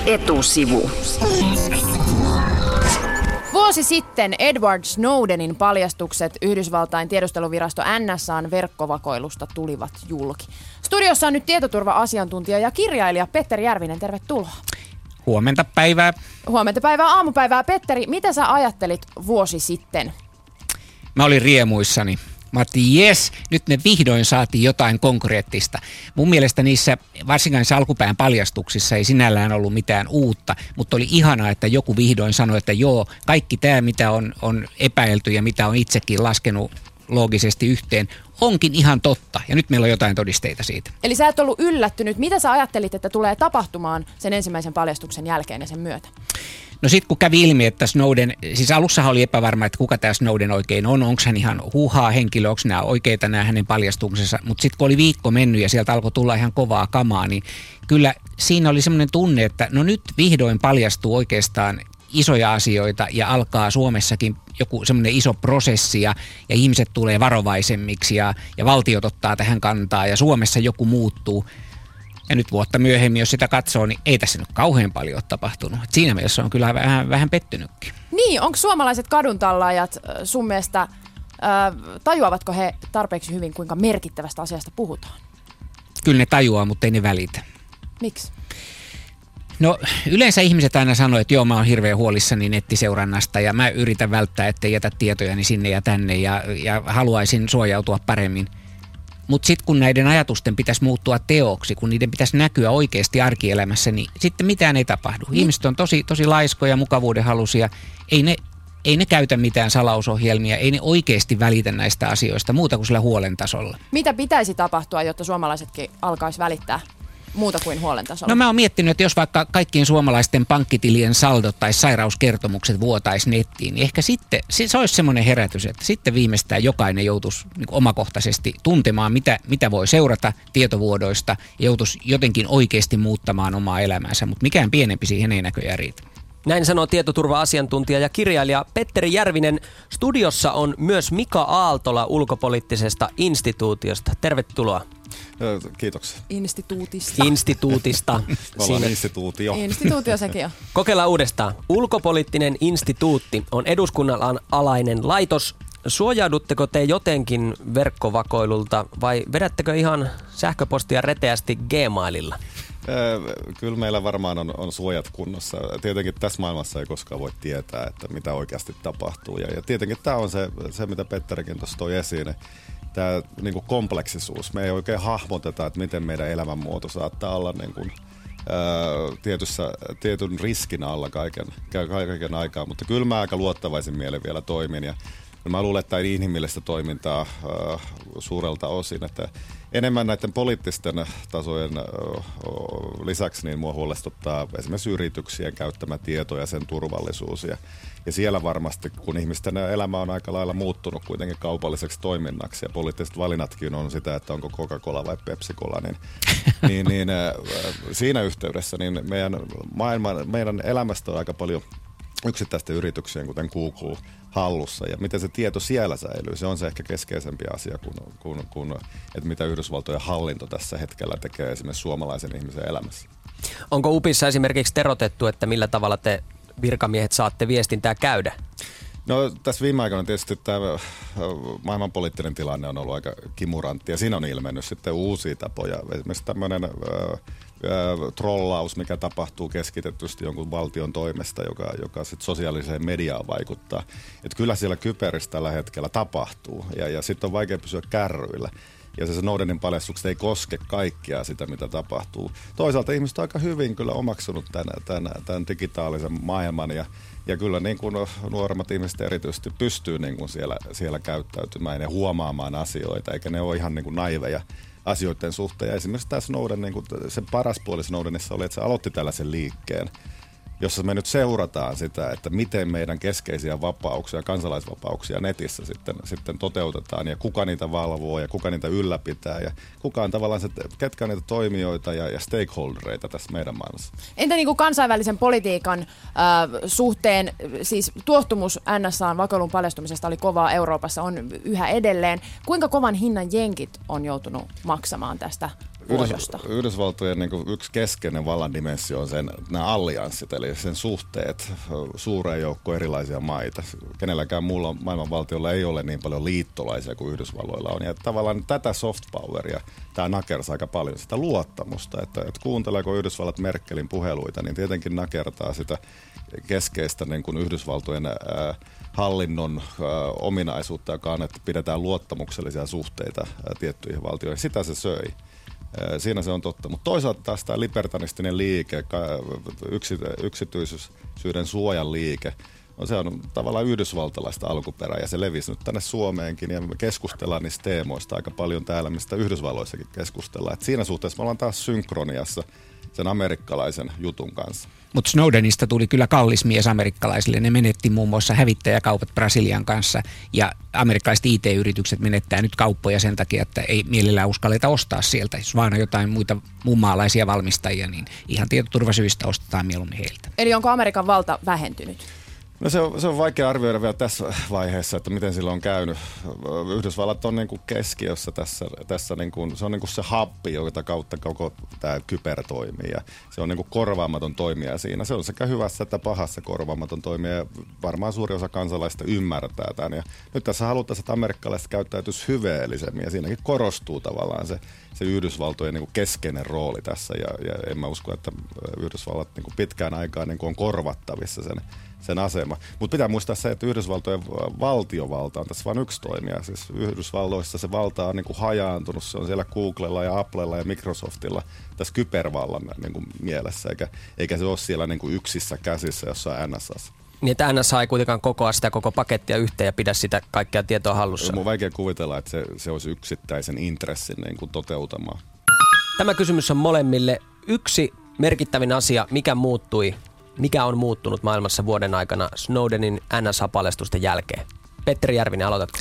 Etusivu. Vuosi sitten Edward Snowdenin paljastukset Yhdysvaltain tiedusteluvirasto NSA:n verkkovakoilusta tulivat julki. Studiossa on nyt tietoturva-asiantuntija ja kirjailija Petteri Järvinen. Tervetuloa. Huomenta päivää. Huomenta päivää, aamupäivää. Petteri, mitä sä ajattelit vuosi sitten? Mä olin riemuissani. Mä ajattelin, jes, nyt me vihdoin saatiin jotain konkreettista. Mun mielestä niissä, varsinkaan niissä alkupään paljastuksissa ei sinällään ollut mitään uutta, mutta oli ihanaa, että joku vihdoin sanoi, että joo, kaikki tämä, mitä on epäilty ja mitä on itsekin laskenut loogisesti yhteen, onkin ihan totta. Ja nyt meillä on jotain todisteita siitä. Eli sä et ollut yllättynyt. Mitä sä ajattelit, että tulee tapahtumaan sen ensimmäisen paljastuksen jälkeen ja sen myötä? No sitten kun kävi ilmi, että Snowden, siis alussahan oli epävarma, että kuka tämä Snowden oikein on, onko hän ihan huuhaa henkilö, onko nämä oikeita nämä hänen paljastuksensa, mutta sitten kun oli viikko mennyt ja sieltä alkoi tulla ihan kovaa kamaa, niin kyllä siinä oli semmoinen tunne, että no nyt vihdoin paljastuu oikeastaan isoja asioita ja alkaa Suomessakin joku semmoinen iso prosessi ja ihmiset tulee varovaisemmiksi ja valtiot ottaa tähän kantaa ja Suomessa joku muuttuu. Ja nyt vuotta myöhemmin, jos sitä katsoo, niin ei tässä nyt kauhean paljon ole tapahtunut. Et siinä mielessä on kyllä vähän pettynytkin. Niin, onko suomalaiset kaduntallaajat sun mielestä, tajuavatko he tarpeeksi hyvin, kuinka merkittävästä asiasta puhutaan? Kyllä ne tajuaa, mutta ei ne välitä. Miksi? No yleensä ihmiset aina sanoo, että joo, mä oon hirveän huolissani nettiseurannasta ja mä yritän välttää, ettei jätä tietojani sinne ja tänne ja haluaisin suojautua paremmin. Mutta sitten kun näiden ajatusten pitäisi muuttua teoksi, kun niiden pitäisi näkyä oikeasti arkielämässä, niin sitten mitään ei tapahdu. Ihmiset on tosi laiskoja, mukavuudenhaluisia. Ei ne käytä mitään salausohjelmia, ei ne oikeasti välitä näistä asioista muuta kuin sillä huolen tasolla. Mitä pitäisi tapahtua, jotta suomalaisetkin alkaisi välittää muuta kuin huolen tasolla? No mä oon miettinyt, että jos vaikka kaikkien suomalaisten pankkitilien saldot tai sairauskertomukset vuotaisi nettiin, niin ehkä sitten se olisi semmoinen herätys, että sitten viimeistään jokainen joutuisi niin omakohtaisesti tuntemaan, mitä voi seurata tietovuodoista ja joutuisi jotenkin oikeasti muuttamaan omaa elämäänsä, mutta mikään pienempi siihen ei näköjään riitä. Näin sanoo tietoturva-asiantuntija ja kirjailija Petteri Järvinen. Studiossa on myös Mika Aaltola Ulkopoliittisesta instituutiosta. Tervetuloa. Kiitoksia. Instituutista. Instituutio. Instituutio sekin on. Kokeillaan uudestaan. Ulkopoliittinen instituutti on eduskunnan alainen laitos. Suojaudutteko te jotenkin verkkovakoilulta vai vedättekö ihan sähköpostia reteästi Gmaililla? Kyllä meillä varmaan on suojat kunnossa. Tietenkin tässä maailmassa ei koskaan voi tietää, että mitä oikeasti tapahtuu. Ja tietenkin tämä on se mitä Petterikin tuossa toi esiin. Tämä niin kuin kompleksisuus. Me ei oikein hahmoteta, että miten meidän elämänmuoto saattaa olla niin kuin, tietyn riskin alla kaiken aikaa. Mutta kyllä mä aika luottavaisin mielen vielä toimin. Ja mä luulen, että tämä on inhimillistä toimintaa suurelta osin. Että enemmän näiden poliittisten tasojen lisäksi niin mua huolestuttaa esimerkiksi yrityksien käyttämä tieto ja sen turvallisuus. Ja siellä varmasti, kun ihmisten elämä on aika lailla muuttunut kuitenkin kaupalliseksi toiminnaksi ja poliittiset valinnatkin on sitä, että onko Coca-Cola vai Pepsi-Cola, niin siinä yhteydessä niin meidän elämästä on aika paljon yksittäisten yrityksien, kuten Google, hallussa ja miten se tieto siellä säilyy. Se on se ehkä keskeisempi asia kuin että mitä Yhdysvaltojen hallinto tässä hetkellä tekee esimerkiksi suomalaisen ihmisen elämässä. Onko UPissa esimerkiksi terotettu, että millä tavalla te virkamiehet saatte viestintää käydä? No tässä viime aikoina tietysti tämä maailmanpoliittinen tilanne on ollut aika kimurantti ja siinä on ilmennyt sitten uusia tapoja. Esimerkiksi tämmöinen trollaus, mikä tapahtuu keskitetysti jonkun valtion toimesta, joka sitten sosiaaliseen mediaan vaikuttaa. Että kyllä siellä kyberissä tällä hetkellä tapahtuu ja sitten on vaikea pysyä kärryillä. Ja se Snowdenin paljastukset ei koske kaikkia sitä, mitä tapahtuu. Toisaalta ihmiset on aika hyvin kyllä omaksunut tämän digitaalisen maailman ja kyllä niin kuin nuoremmat ihmiset erityisesti pystyy niin kuin siellä käyttäytymään ja huomaamaan asioita, eikä ne ole ihan niin kuin naiveja asioiden suhteen. Ja esimerkiksi tämä Snowden, niin kuin se paras puoli Snowdenissa oli, että se aloitti tällaisen liikkeen, jossa me nyt seurataan sitä, että miten meidän keskeisiä vapauksia, kansalaisvapauksia netissä sitten toteutetaan ja kuka niitä valvoo ja kuka niitä ylläpitää ja kuka on tavallaan se, ketkä on niitä toimijoita ja stakeholdereita tässä meidän maailmassa. Entä niin kuin kansainvälisen politiikan suhteen, siis tuohtumus NSA:n vakoilun paljastumisesta oli kovaa Euroopassa, on yhä edelleen. Kuinka kovan hinnan jenkit on joutunut maksamaan tästä pohjoista. Yhdysvaltojen niin kuin yksi keskeinen vallan dimensio on nämä allianssit, eli sen suhteet suureen joukkoon erilaisia maita. Kenelläkään muulla maailmanvaltiolla ei ole niin paljon liittolaisia kuin Yhdysvalloilla on. Ja tavallaan tätä soft poweria, tämä nakersaa aika paljon sitä luottamusta, että kuunteleeko Yhdysvallat Merkelin puheluita, niin tietenkin nakertaa sitä keskeistä niin kuin Yhdysvaltojen hallinnon ominaisuutta, joka on, että pidetään luottamuksellisia suhteita tiettyihin valtioihin. Sitä se söi. Siinä se on totta. Mutta toisaalta taas tämä libertanistinen liike, yksityisyyden suojan liike, se on tavallaan yhdysvaltalaista alkuperää ja se levisi nyt tänne Suomeenkin ja me keskustellaan niistä teemoista aika paljon täällä, mistä Yhdysvalloissakin keskustellaan. Et siinä suhteessa me ollaan taas synkroniassa sen amerikkalaisen jutun kanssa. Mutta Snowdenista tuli kyllä kallis mies amerikkalaisille. Ne menetti muun muassa hävittäjäkaupat Brasilian kanssa ja amerikkalaiset IT-yritykset menettää nyt kauppoja sen takia, että ei mielellään uskalleta ostaa sieltä. Jos vaan on jotain muita muunmaalaisia valmistajia, niin ihan tietoturvasyistä ostetaan mieluummin heiltä. Eli onko Amerikan valta vähentynyt? No se on vaikea arvioida vielä tässä vaiheessa, että miten sillä on käynyt. Yhdysvallat on niin kuin keskiössä tässä niin kuin, se on niin kuin se happi, jota kautta koko tämä kyber toimii. Ja se on niin kuin korvaamaton toimija siinä. Se on sekä hyvässä että pahassa korvaamaton toimija. Ja varmaan suuri osa kansalaista ymmärtää tämän. Ja nyt tässä haluttaisiin, että amerikkalaiset käyttäytyisi hyveellisemmin. Ja siinäkin korostuu tavallaan se Yhdysvaltojen niin kuin keskeinen rooli tässä. Ja en mä usko, että Yhdysvallat niin kuin pitkään aikaan niin kuin on korvattavissa sen asema. Mutta pitää muistaa se, että Yhdysvaltojen valtiovalta on tässä vain yksi toimija. Siis Yhdysvalloissa se valta on niin kuin hajaantunut. Se on siellä Googlella ja Applella ja Microsoftilla tässä kybervallan niin kuin mielessä. Eikä se ole siellä niin kuin yksissä käsissä jossain NSA:ssa. Niin, että NSA ei kuitenkaan kokoa sitä koko pakettia yhteen ja pidä sitä kaikkea tietoa hallussa. Mun on vaikea kuvitella, että se olisi yksittäisen intressin niin kuin toteutamaan. Tämä kysymys on molemmille. Yksi merkittävin asia, mikä on muuttunut maailmassa vuoden aikana Snowdenin NSA-paljastusten jälkeen? Petteri Järvinen, aloitatko?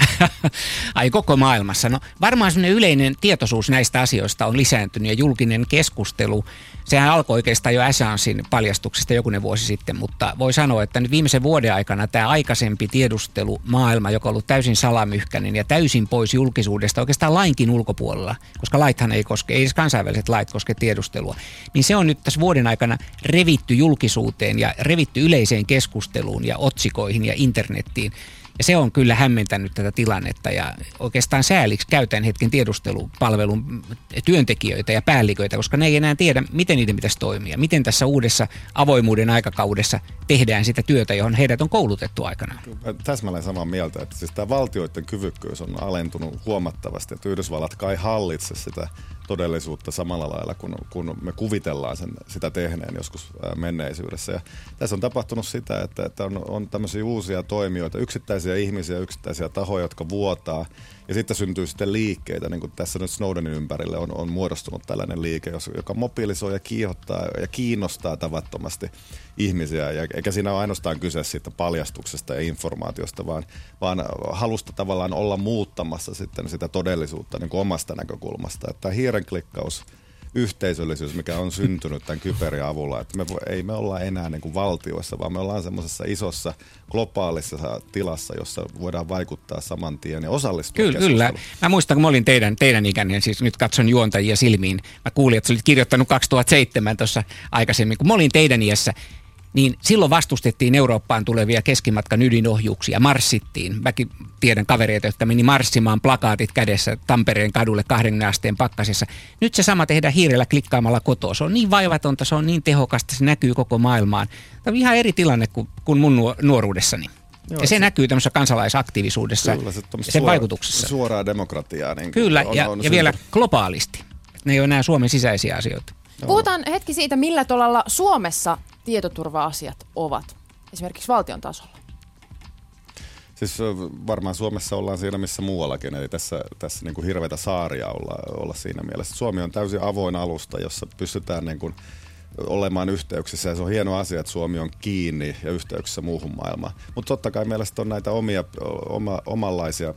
Ai koko maailmassa. No varmaan semmoinen yleinen tietoisuus näistä asioista on lisääntynyt ja julkinen keskustelu. Sehän alkoi oikeastaan jo Assangein paljastuksesta jokunen vuosi sitten, mutta voi sanoa, että nyt viimeisen vuoden aikana tämä aikaisempi tiedustelumaailma, joka on ollut täysin salamyhkäinen ja täysin pois julkisuudesta, oikeastaan lainkin ulkopuolella, koska laithan ei koske, ei edes kansainväliset lait koske tiedustelua, niin se on nyt tässä vuoden aikana revitty julkisuuteen ja revitty yleiseen keskusteluun ja otsikoihin ja internettiin. Ja se on kyllä hämmentänyt tätä tilannetta ja oikeastaan sääliksi käytän hetken tiedustelupalvelun työntekijöitä ja päälliköitä, koska ne ei enää tiedä, miten niiden pitäisi toimia. Miten tässä uudessa avoimuuden aikakaudessa tehdään sitä työtä, johon heidät on koulutettu aikanaan. Täsmälleen samaa mieltä, että siis tämä valtioiden kyvykkyys on alentunut huomattavasti, että Yhdysvallat kai hallitse sitä todellisuutta samalla lailla, kun me kuvitellaan sitä tehneen joskus menneisyydessä. Ja tässä on tapahtunut sitä, että on tämmöisiä uusia toimijoita, yksittäisiä ihmisiä, yksittäisiä tahoja, jotka vuotaa. Ja sitten syntyy sitten liikkeitä, niin kuin tässä nyt Snowdenin ympärille on muodostunut tällainen liike, joka mobilisoi ja kiihottaa ja kiinnostaa tavattomasti ihmisiä. Eikä siinä ole ainoastaan kyse siitä paljastuksesta ja informaatiosta, vaan halusta tavallaan olla muuttamassa sitten sitä todellisuutta niin kuin omasta näkökulmasta. Että tämä hiirenklikkaus, yhteisöllisyys, mikä on syntynyt tämän kyberin avulla, että ei me olla enää niin kuin valtioissa, vaan me ollaan semmoisessa isossa globaalissa tilassa, jossa voidaan vaikuttaa saman tien ja osallistua keskusteluun. Kyllä. Mä muistan, kun mä olin teidän ikäinen, siis nyt katson juontajia silmiin. Mä kuulin, että sä olit kirjoittanut 2007 tuossa aikaisemmin, kun mä olin teidän iässä. Niin silloin vastustettiin Eurooppaan tulevia keskimatkan ydinohjuksia, marssittiin. Mäkin tiedän kavereita, jotka meni marssimaan plakaatit kädessä Tampereen kadulle 20 asteen pakkasessa. Nyt se sama tehdään hiirellä klikkaamalla kotoa. Se on niin vaivatonta, se on niin tehokasta, se näkyy koko maailmaan. Tämä on ihan eri tilanne kuin mun nuoruudessani. Joo, ja se näkyy tämmöisessä kansalaisaktiivisuudessa kyllä, ja sen vaikutuksessa. Suoraa demokratiaa. Niin kyllä, ja vielä globaalisti. Ne ei ole enää Suomen sisäisiä asioita. Puhutaan hetki siitä, millä tolalla Suomessa tietoturva-asiat ovat, esimerkiksi valtion tasolla. Siis varmaan Suomessa ollaan siinä, missä muuallakin, eli tässä niin kuin hirveitä saaria olla siinä mielessä. Suomi on täysin avoin alusta, jossa pystytään niin kuin olemaan yhteyksissä, ja se on hieno asia, että Suomi on kiinni ja yhteyksissä muuhun maailmaan. Mutta totta kai mielestäni on näitä omanlaisia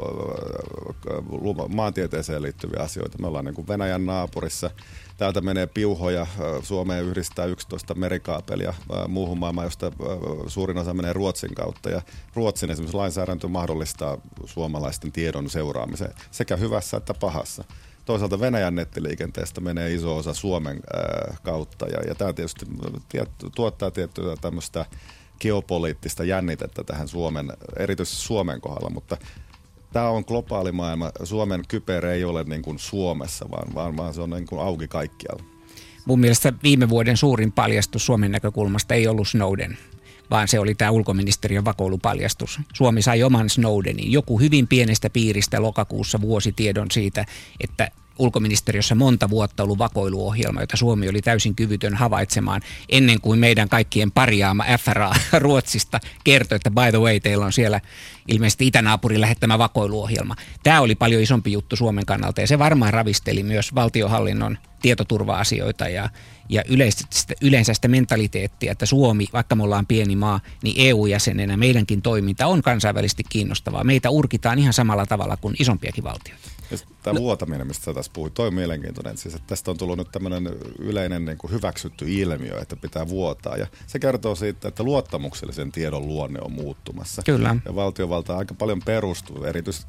maantieteeseen liittyviä asioita. Me ollaan niin kuin Venäjän naapurissa. Täältä menee piuhoja, Suomeen yhdistää 11 merikaapelia muuhun maailmaan, josta suurin osa menee Ruotsin kautta. Ja Ruotsin esimerkiksi lainsäädäntö mahdollistaa suomalaisten tiedon seuraamisen sekä hyvässä että pahassa. toisaalta Venäjän nettiliikenteestä menee iso osa Suomen kautta ja tämä tietysti tuottaa tiettyä tämmöistä geopoliittista jännitettä tähän erityisesti Suomen kohdalla, mutta tämä on globaali maailma. Suomen kyber ei ole niin kuin Suomessa, vaan se on niin kuin auki kaikkialla. Mun mielestä viime vuoden suurin paljastus Suomen näkökulmasta ei ollut Snowden, vaan se oli tämä ulkoministeriön vakoilupaljastus. Suomi sai oman Snowdenin. Joku hyvin pienestä piiristä lokakuussa vuosi tiedon siitä, että ulkoministeriössä monta vuotta ollut vakoiluohjelma, jota Suomi oli täysin kyvytön havaitsemaan ennen kuin meidän kaikkien parjaama FRA Ruotsista kertoi, että by the way, teillä on siellä ilmeisesti itänaapurin lähettämä vakoiluohjelma. Tämä oli paljon isompi juttu Suomen kannalta ja se varmaan ravisteli myös valtionhallinnon tietoturva-asioita ja yleensä sitä mentaliteettia, että Suomi, vaikka me ollaan pieni maa, niin EU-jäsenenä meidänkin toiminta on kansainvälisesti kiinnostavaa. Meitä urkitaan ihan samalla tavalla kuin isompiakin valtioita. Tämä vuotaminen, mistä sä tässä puhuit, toi on mielenkiintoinen. Siis, että tästä on tullut nyt tämmöinen yleinen niin kuin hyväksytty ilmiö, että pitää vuotaa. Ja se kertoo siitä, että luottamuksellisen tiedon luonne on muuttumassa. Kyllä. Ja valtiovalta aika paljon perustuu, erityisesti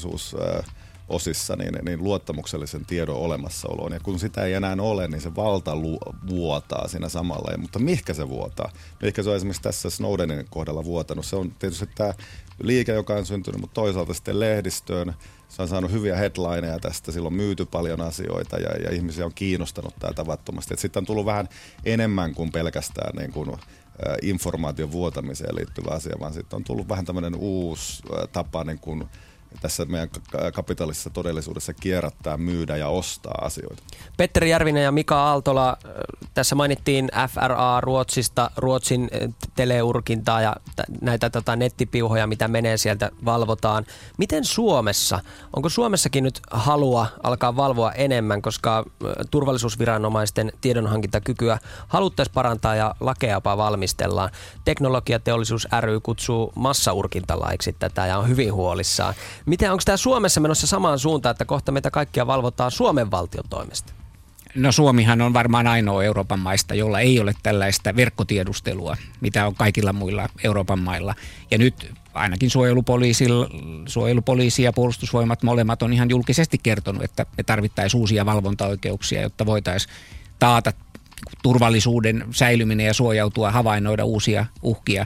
turvallisuusosissa, niin luottamuksellisen tiedon olemassaoloon. Ja kun sitä ei enää ole, niin se valta vuotaa siinä samalla. Mutta mihinkä se vuotaa? Mihinkä se on esimerkiksi tässä Snowdenin kohdalla vuotanut? Se on tietysti tämä liike, joka on syntynyt, mutta toisaalta sitten lehdistöön. Se on saanut hyviä headlineja tästä, sillä on myyty paljon asioita ja ihmisiä on kiinnostanut tämä tavattomasti. Sitten on tullut vähän enemmän kuin pelkästään niin kuin, informaation vuotamiseen liittyvä asia, vaan sitten on tullut vähän tämmöinen uusi tapa niin kuin tässä meidän kapitalistisessa todellisuudessa kierrättää, myydä ja ostaa asioita. Petteri Järvinen ja Mika Aaltola, tässä mainittiin FRA Ruotsista, Ruotsin teleurkintaa ja näitä nettipiuhoja, mitä menee sieltä, valvotaan. Miten Suomessa? Onko Suomessakin nyt halua alkaa valvoa enemmän, koska turvallisuusviranomaisten tiedonhankintakykyä haluttaisiin parantaa ja lakeja jopa valmistellaan? Teknologiateollisuus ry kutsuu massaurkintalaiksi tätä ja on hyvin huolissaan. Miten, onko tämä Suomessa menossa samaan suuntaan, että kohta meitä kaikkia valvotaan Suomen valtion toimesta? No Suomihan on varmaan ainoa Euroopan maista, jolla ei ole tällaista verkkotiedustelua, mitä on kaikilla muilla Euroopan mailla. Ja nyt ainakin suojelupoliisi ja puolustusvoimat molemmat on ihan julkisesti kertonut, että me tarvittaisiin uusia valvontaoikeuksia, jotta voitaisiin taata turvallisuuden säilyminen ja suojautua, havainnoida uusia uhkia.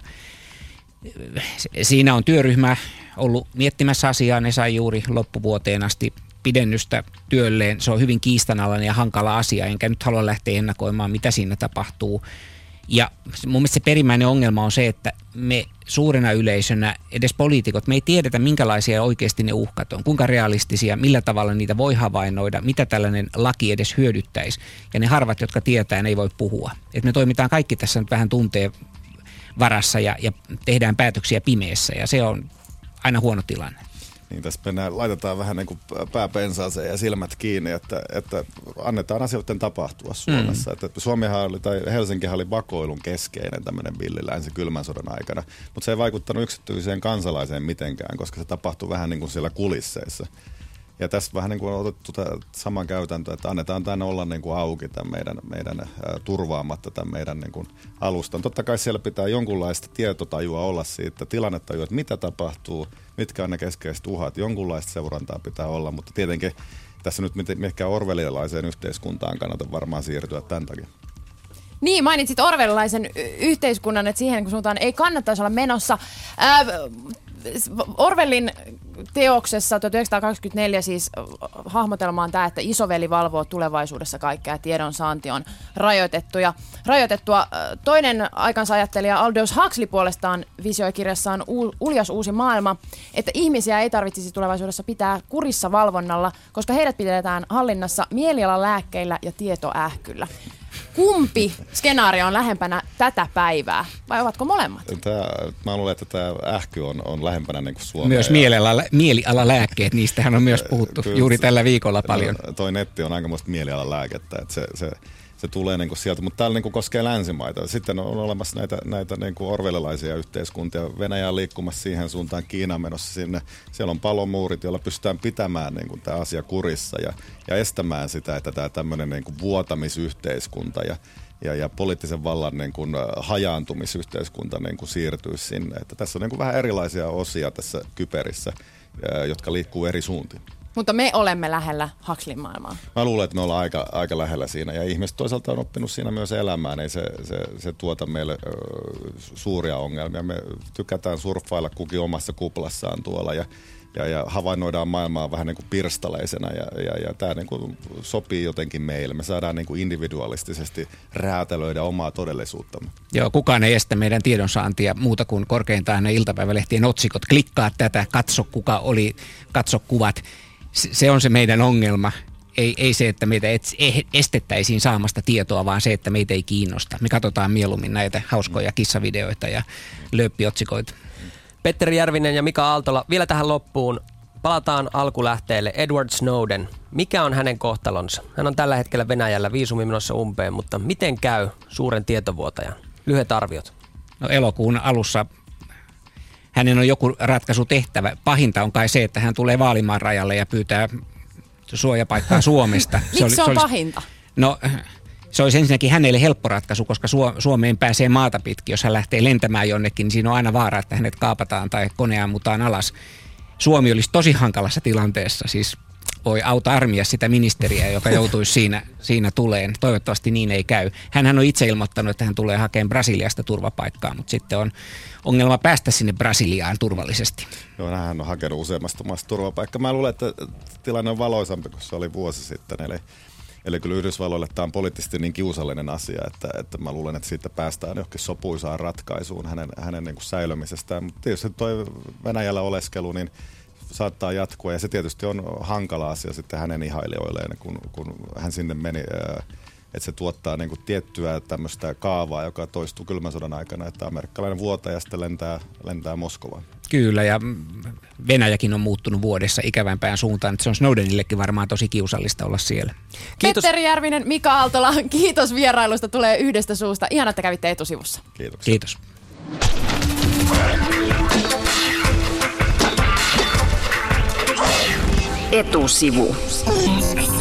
Siinä on työryhmä ollut miettimässä asiaa, ne sai juuri loppuvuoteen asti pidennystä työlleen. Se on hyvin kiistanalainen ja hankala asia, enkä nyt halua lähteä ennakoimaan, mitä siinä tapahtuu. Ja mun mielestä se perimmäinen ongelma on se, että me suurena yleisönä, edes poliitikot, me ei tiedetä, minkälaisia oikeasti ne uhkat on, kuinka realistisia, millä tavalla niitä voi havainnoida, mitä tällainen laki edes hyödyttäisi. Ja ne harvat, jotka tietää, ne ei voi puhua. Et me toimitaan kaikki tässä nyt vähän tunteen varassa ja tehdään päätöksiä pimeässä ja se on aina huono tilanne. Niin tässä laitetaan vähän niin kuin pää pensaaseen ja silmät kiinni, että annetaan asioiden tapahtua Suomessa. Että Suomihan oli, tai Helsinkihän oli vakoilun keskeinen tämmöinen villi länsi kylmän sodan aikana, mutta se ei vaikuttanut yksityiseen kansalaiseen mitenkään, koska se tapahtui vähän niin kuin siellä kulisseissa. Ja tässä vähän niin kuin on otettu saman käytäntö, että annetaan tänne olla niin kuin auki tämän meidän turvaamatta tämän meidän niin kuin alustan. Totta kai siellä pitää jonkunlaista tietotajua olla siitä, tilannetajua, että mitä tapahtuu, mitkä on ne keskeiset uhat. Jonkunlaista seurantaa pitää olla, mutta tietenkin tässä nyt mihinkään orwellilaiseen yhteiskuntaan kannata varmaan siirtyä tämän takia. Niin, mainitsit orwellilaisen yhteiskunnan, että siihen suuntaan ei kannattaisi olla menossa. Orwellin teoksessa 1924 siis hahmotelma on tämä, että isoveli valvoo tulevaisuudessa kaikkea ja tiedonsaanti on rajoitettua. Toinen aikansa-ajattelija Aldous Huxley puolestaan visioi kirjassaan Uljas uusi maailma, että ihmisiä ei tarvitsisi tulevaisuudessa pitää kurissa valvonnalla, koska heidät pidetään hallinnassa mielialalääkkeillä ja tietoähkyllä. Kumpi skenaario on lähempänä tätä päivää, vai ovatko molemmat? Mä luulen, että tämä ähky on lähempänä niin kuin Suomea. Myös mielialalääkkeet, niistähän on myös puhuttu juuri tällä viikolla paljon. Toi netti on aikamoista mielialalääkettä, että se tulee niin kuin sieltä, mutta täällä niin kuin koskee länsimaita. Sitten on olemassa näitä niin kuin orwellilaisia yhteiskuntia. Venäjä on liikkumassa siihen suuntaan, Kiina on menossa sinne. Siellä on palomuurit, joilla pystytään pitämään niin kuin tämä asia kurissa ja estämään sitä, että tämä tämmöinen niin kuin vuotamisyhteiskunta ja poliittisen vallan niin kuin hajaantumisyhteiskunta niin kuin siirtyisi sinne. Että tässä on niin kuin vähän erilaisia osia tässä kyperissä, jotka liikkuu eri suuntiin. Mutta me olemme lähellä Huxleyn maailmaa. Mä luulen, että me ollaan aika lähellä siinä. Ja ihmiset toisaalta on oppinut siinä myös elämään. Ei se tuota meille suuria ongelmia. Me tykätään surffailla kukin omassa kuplassaan tuolla ja havainnoidaan maailmaa vähän niin kuin pirstaleisena ja tämä niin kuin sopii jotenkin meille. Me saadaan niin kuin individualistisesti räätälöidä omaa todellisuuttamme. Joo, kukaan ei estä meidän tiedonsaantia muuta kuin korkeintaan ne iltapäivälehtien otsikot. Klikkaa tätä, katso kuka oli, katso kuvat. Se on se meidän ongelma. Ei se, että meitä estettäisiin saamasta tietoa, vaan se, että meitä ei kiinnosta. Me katsotaan mieluummin näitä hauskoja kissavideoita ja lööppiotsikoita. Petteri Järvinen ja Mika Aaltola, vielä tähän loppuun. Palataan alkulähteelle. Edward Snowden. Mikä on hänen kohtalonsa? Hän on tällä hetkellä Venäjällä viisumi menossa umpeen, mutta miten käy suuren tietovuotajan? Lyhyet arviot. No elokuun alussa hänen on joku ratkaisu tehtävä. Pahinta on kai se, että hän tulee Vaalimaan rajalle ja pyytää suojapaikkaa Suomesta. Miksi se on pahinta? No se olisi ensinnäkin hänelle helppo ratkaisu, koska Suomeen pääsee maata pitkin. Jos hän lähtee lentämään jonnekin, niin siinä on aina vaara, että hänet kaapataan tai kone ammutaan alas. Suomi olisi tosi hankalassa tilanteessa, siis voi auta-armia sitä ministeriä, joka joutuisi siinä tuleen. Toivottavasti niin ei käy. Hänhän on itse ilmoittanut, että hän tulee hakemaan Brasiliasta turvapaikkaa, mutta sitten on ongelma päästä sinne Brasiliaan turvallisesti. Joo, hän on hakenut useammasta maasta turvapaikkaa. Mä luulen, että tilanne on valoisampi kuin se oli vuosi sitten. Eli kyllä Yhdysvalloille tämä on poliittisesti niin kiusallinen asia, että mä luulen, että siitä päästään johonkin sopuisaan ratkaisuun hänen niin kuin säilymisestään. Mutta tietysti toi Venäjällä oleskelu niin saattaa jatkua ja se tietysti on hankala asia sitten hänen ihailijoilleen, kun hän sinne meni, että se tuottaa niin kuin tiettyä tämmöistä kaavaa, joka toistuu kylmän sodan aikana, että amerikkalainen vuotaja sitten lentää Moskovaan. Kyllä, ja Venäjäkin on muuttunut vuodessa ikävämpään suuntaan, että se on Snowdenillekin varmaan tosi kiusallista olla siellä. Kiitos. Petteri Järvinen, Mika Aaltola, kiitos vierailusta, tulee yhdestä suusta. Ihana, että kävitte Etusivussa. Kiitos. Etusivu.